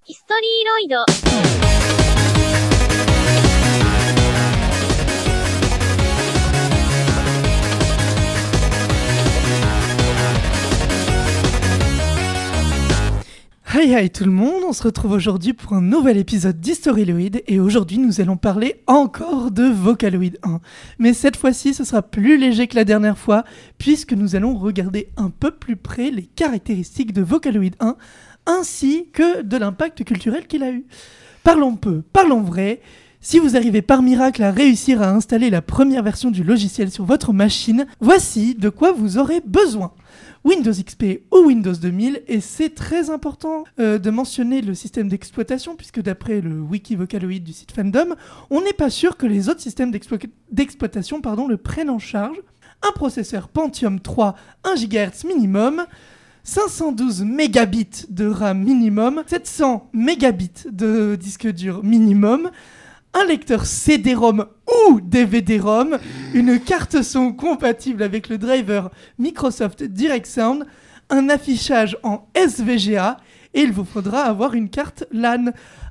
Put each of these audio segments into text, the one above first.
ヒストリーロイド。 Hi tout le monde, on se retrouve aujourd'hui pour un nouvel épisode d'Historyloid et aujourd'hui nous allons parler encore de Vocaloid 1. Mais cette fois-ci ce sera plus léger que la dernière fois puisque nous allons regarder un peu plus près les caractéristiques de Vocaloid 1 ainsi que de l'impact culturel qu'il a eu. Parlons peu, parlons vrai. Si vous arrivez par miracle à réussir à installer la première version du logiciel sur votre machine, voici de quoi vous aurez besoin. Windows XP ou Windows 2000, et c'est très important de mentionner le système d'exploitation, puisque d'après le wiki Vocaloid du site Fandom, on n'est pas sûr que les autres systèmes d'exploitation le prennent en charge. Un processeur Pentium 3, 1 GHz minimum, 512 mégabits de RAM minimum, 700 mégabits de disque dur minimum, un lecteur CD-ROM ou DVD-ROM, une carte son compatible avec le driver Microsoft Direct Sound, un affichage en SVGA et il vous faudra avoir une carte LAN.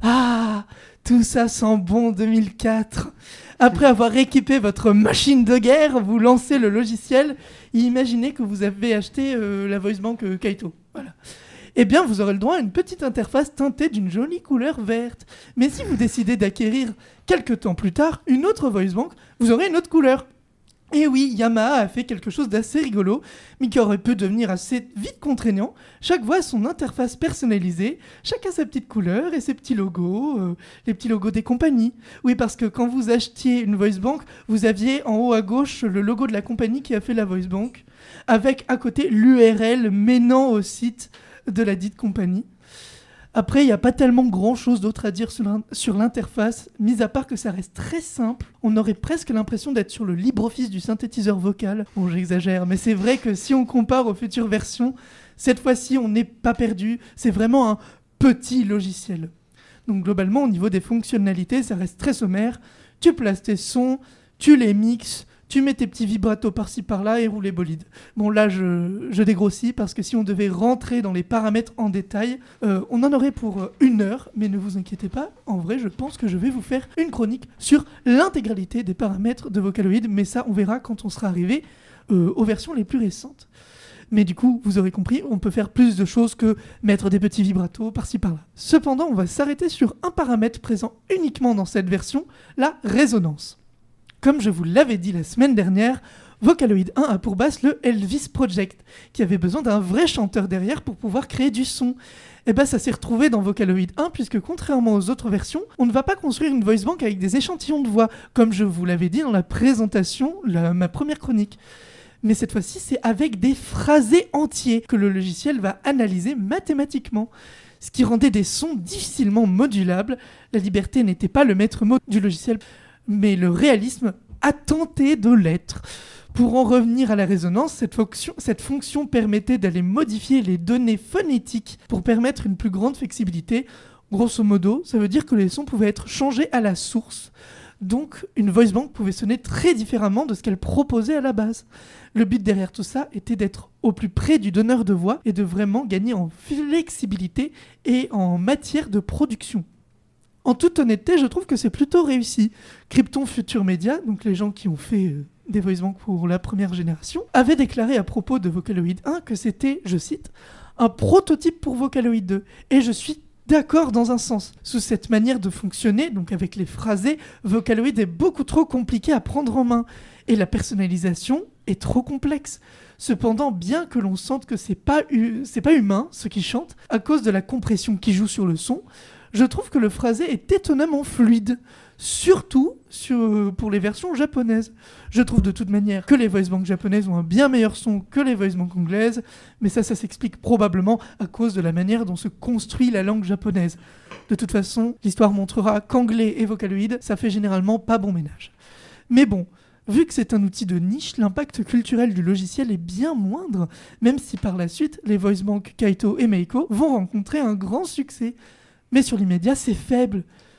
Ah, tout ça sent bon 2004. Après avoir équipé votre machine de guerre, vous lancez le logiciel et imaginez que vous avez acheté la VoiceBank Kaito. Voilà. Eh bien, vous aurez le droit à une petite interface teintée d'une jolie couleur verte. Mais si vous décidez d'acquérir, quelques temps plus tard, une autre VoiceBank, vous aurez une autre couleur. Et oui, Yamaha a fait quelque chose d'assez rigolo, mais qui aurait pu devenir assez vite contraignant. Chaque voix a son interface personnalisée, chacun sa petite couleur et ses petits logos, les petits logos des compagnies. Oui, parce que quand vous achetiez une VoiceBank, vous aviez en haut à gauche le logo de la compagnie qui a fait la VoiceBank, avec à côté l'URL menant au site de la dite compagnie. Après, il n'y a pas tellement grand-chose d'autre à dire sur l'interface, mis à part que ça reste très simple. On aurait presque l'impression d'être sur le LibreOffice du synthétiseur vocal. Bon, j'exagère, mais c'est vrai que si on compare aux futures versions, cette fois-ci, on n'est pas perdu. C'est vraiment un petit logiciel. Donc globalement, au niveau des fonctionnalités, ça reste très sommaire. Tu places tes sons, tu les mixes, tu mets tes petits vibratos par-ci par-là et roule les bolides. Bon, là, je dégrossis parce que si on devait rentrer dans les paramètres en détail, on en aurait pour 1 heure, mais ne vous inquiétez pas, en vrai, je pense que je vais vous faire une chronique sur l'intégralité des paramètres de Vocaloid, mais ça, on verra quand on sera arrivé aux versions les plus récentes. Mais du coup, vous aurez compris, on peut faire plus de choses que mettre des petits vibratos par-ci par-là. Cependant, on va s'arrêter sur un paramètre présent uniquement dans cette version, la résonance. Comme je vous l'avais dit la semaine dernière, Vocaloid 1 a pour base le Elvis Project, qui avait besoin d'un vrai chanteur derrière pour pouvoir créer du son. Et ben ça s'est retrouvé dans Vocaloid 1, puisque contrairement aux autres versions, on ne va pas construire une voicebank avec des échantillons de voix, comme je vous l'avais dit dans la présentation, ma première chronique. Mais cette fois-ci, c'est avec des phrasés entiers que le logiciel va analyser mathématiquement. Ce qui rendait des sons difficilement modulables. La liberté n'était pas le maître mot du logiciel, mais le réalisme a tenté de l'être. Pour en revenir à la résonance, cette fonction permettait d'aller modifier les données phonétiques pour permettre une plus grande flexibilité. Grosso modo, ça veut dire que les sons pouvaient être changés à la source. Donc, une voicebank pouvait sonner très différemment de ce qu'elle proposait à la base. Le but derrière tout ça était d'être au plus près du donneur de voix et de vraiment gagner en flexibilité et en matière de production. En toute honnêteté, je trouve que c'est plutôt réussi. Krypton Future Media, donc les gens qui ont fait des voicebanks pour la première génération, avaient déclaré à propos de Vocaloid 1 que c'était, je cite, un prototype pour Vocaloid 2. Et je suis d'accord dans un sens. Sous cette manière de fonctionner, donc avec les phrasés, Vocaloid est beaucoup trop compliqué à prendre en main. Et la personnalisation est trop complexe. Cependant, bien que l'on sente que c'est pas humain, ce qui chante, à cause de la compression qui joue sur le son, je trouve que le phrasé est étonnamment fluide, surtout pour les versions japonaises. Je trouve de toute manière que les voicebanks japonaises ont un bien meilleur son que les voicebanks anglaises, mais ça s'explique probablement à cause de la manière dont se construit la langue japonaise. De toute façon, l'histoire montrera qu'anglais et Vocaloid, ça fait généralement pas bon ménage. Mais bon, vu que c'est un outil de niche, l'impact culturel du logiciel est bien moindre, même si par la suite, les voicebanks Kaito et Meiko vont rencontrer un grand succès. Mais sur l'immédiat, c'est faible.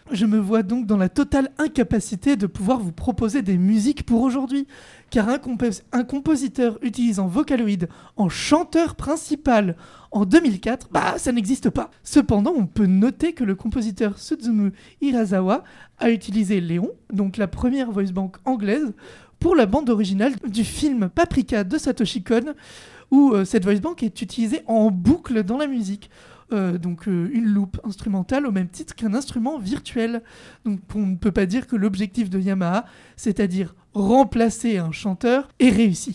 Je me vois donc dans la totale incapacité de pouvoir vous proposer des musiques pour aujourd'hui, car un compositeur utilisant Vocaloid en chanteur principal en 2004, ça n'existe pas. Cependant, on peut noter que le compositeur Suzumu Hirasawa a utilisé Léon, donc la première voice bank anglaise, pour la bande originale du film Paprika de Satoshi Kon, où cette voice bank est utilisée en boucle dans la musique. Une loupe instrumentale au même titre qu'un instrument virtuel. Donc on ne peut pas dire que l'objectif de Yamaha, c'est-à-dire remplacer un chanteur, est réussi.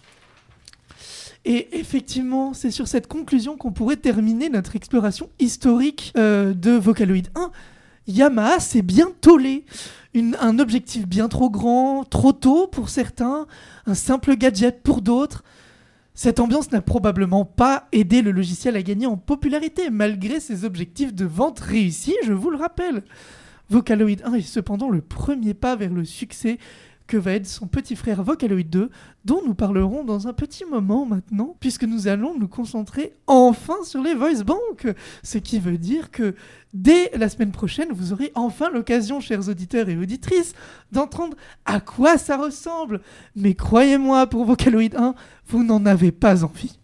Et effectivement, c'est sur cette conclusion qu'on pourrait terminer notre exploration historique de Vocaloid 1. Yamaha s'est bien tollé. Un objectif bien trop grand, trop tôt pour certains, un simple gadget pour d'autres. Cette ambiance n'a probablement pas aidé le logiciel à gagner en popularité, malgré ses objectifs de vente réussis, je vous le rappelle. Vocaloid 1 est cependant le premier pas vers le succès que va être son petit frère Vocaloid 2, dont nous parlerons dans un petit moment maintenant, puisque nous allons nous concentrer enfin sur les voice banks. Ce qui veut dire que dès la semaine prochaine, vous aurez enfin l'occasion, chers auditeurs et auditrices, d'entendre à quoi ça ressemble. Mais croyez-moi, pour Vocaloid 1, vous n'en avez pas envie.